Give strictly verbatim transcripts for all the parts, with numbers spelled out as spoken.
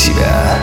себя.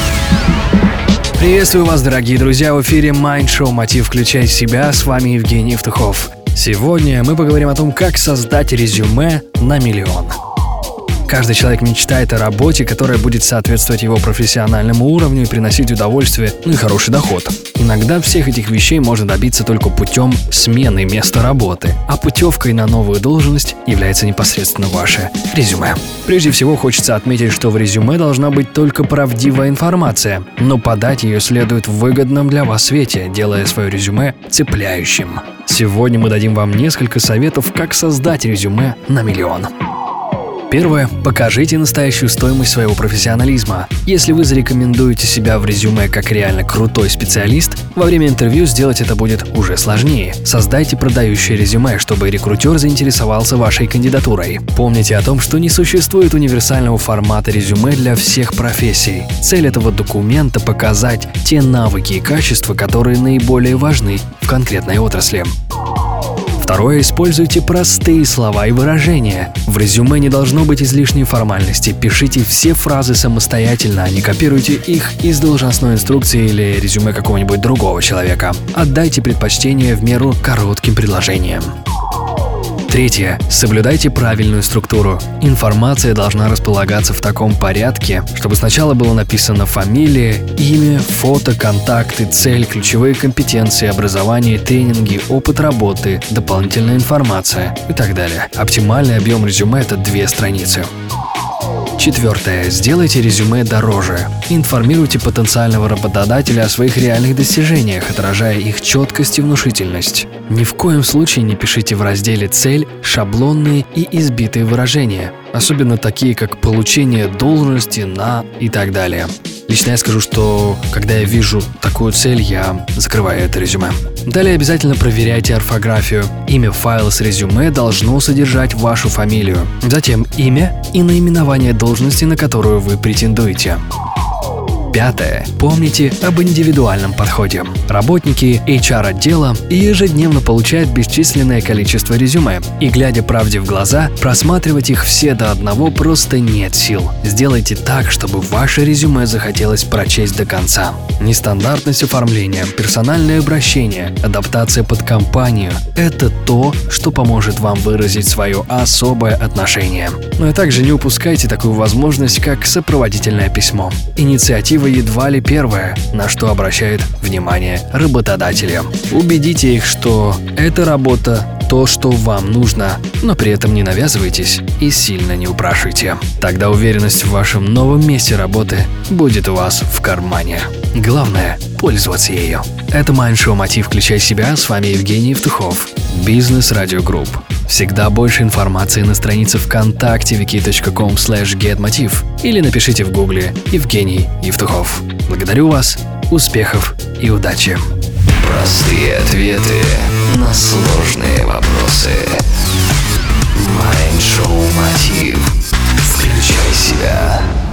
Приветствую вас, дорогие друзья, в эфире Mind Show «Мотив. Включай себя». С вами Евгений Евтухов. Сегодня мы поговорим о том, как создать резюме на миллион. Каждый человек мечтает о работе, которая будет соответствовать его профессиональному уровню и приносить удовольствие, ну и хороший доход. Иногда всех этих вещей можно добиться только путем смены места работы, а путевкой на новую должность является непосредственно ваше резюме. Прежде всего хочется отметить, что в резюме должна быть только правдивая информация, но подать ее следует в выгодном для вас свете, делая свое резюме цепляющим. Сегодня мы дадим вам несколько советов, как создать резюме на миллион. Первое. Покажите настоящую стоимость своего профессионализма. Если вы зарекомендуете себя в резюме как реально крутой специалист, во время интервью сделать это будет уже сложнее. Создайте продающее резюме, чтобы рекрутер заинтересовался вашей кандидатурой. Помните о том, что не существует универсального формата резюме для всех профессий. Цель этого документа – показать те навыки и качества, которые наиболее важны в конкретной отрасли. Второе. Используйте простые слова и выражения. В резюме не должно быть излишней формальности. Пишите все фразы самостоятельно, а не копируйте их из должностной инструкции или резюме какого-нибудь другого человека. Отдайте предпочтение в меру коротким предложениям. Третье. Соблюдайте правильную структуру. Информация должна располагаться в таком порядке, чтобы сначала было написано фамилия, имя, фото, контакты, цель, ключевые компетенции, образование, тренинги, опыт работы, дополнительная информация и так далее. Оптимальный объем резюме – это две страницы. Четвертое. Сделайте резюме дороже. Информируйте потенциального работодателя о своих реальных достижениях, отражая их четкость и внушительность. Ни в коем случае не пишите в разделе «Цель» шаблонные и избитые выражения, особенно такие, как «получение должности на» и так далее. Лично я скажу, что когда я вижу такую цель, я закрываю это резюме. Далее обязательно проверяйте орфографию. Имя файла с резюме должно содержать вашу фамилию. Затем имя и наименование должности, на которую вы претендуете. Пятое. Помните об индивидуальном подходе. Работники эйч ар-отдела ежедневно получают бесчисленное количество резюме, и, глядя правде в глаза, просматривать их все до одного просто нет сил. Сделайте так, чтобы ваше резюме захотелось прочесть до конца. Нестандартность оформления, персональное обращение, адаптация под компанию – это то, что поможет вам выразить свое особое отношение. Но и также не упускайте такую возможность, как сопроводительное письмо. Инициатива едва ли первое, на что обращают внимание работодатели. Убедите их, что эта работа то, что вам нужно, но при этом не навязывайтесь и сильно не упрашивайте. Тогда уверенность в вашем новом месте работы будет у вас в кармане. Главное – пользоваться ею. Это Mind Show «Мотив. Включай себя». С вами Евгений Евтухов. Бизнес Радио Групп. Всегда больше информации на странице ВКонтакте вики точка ком слэш гетмотив или напишите в гугле «Евгений Евтухов». Благодарю вас, успехов и удачи! Простые ответы на сложные вопросы. Mind Show «Мотив. Включай себя».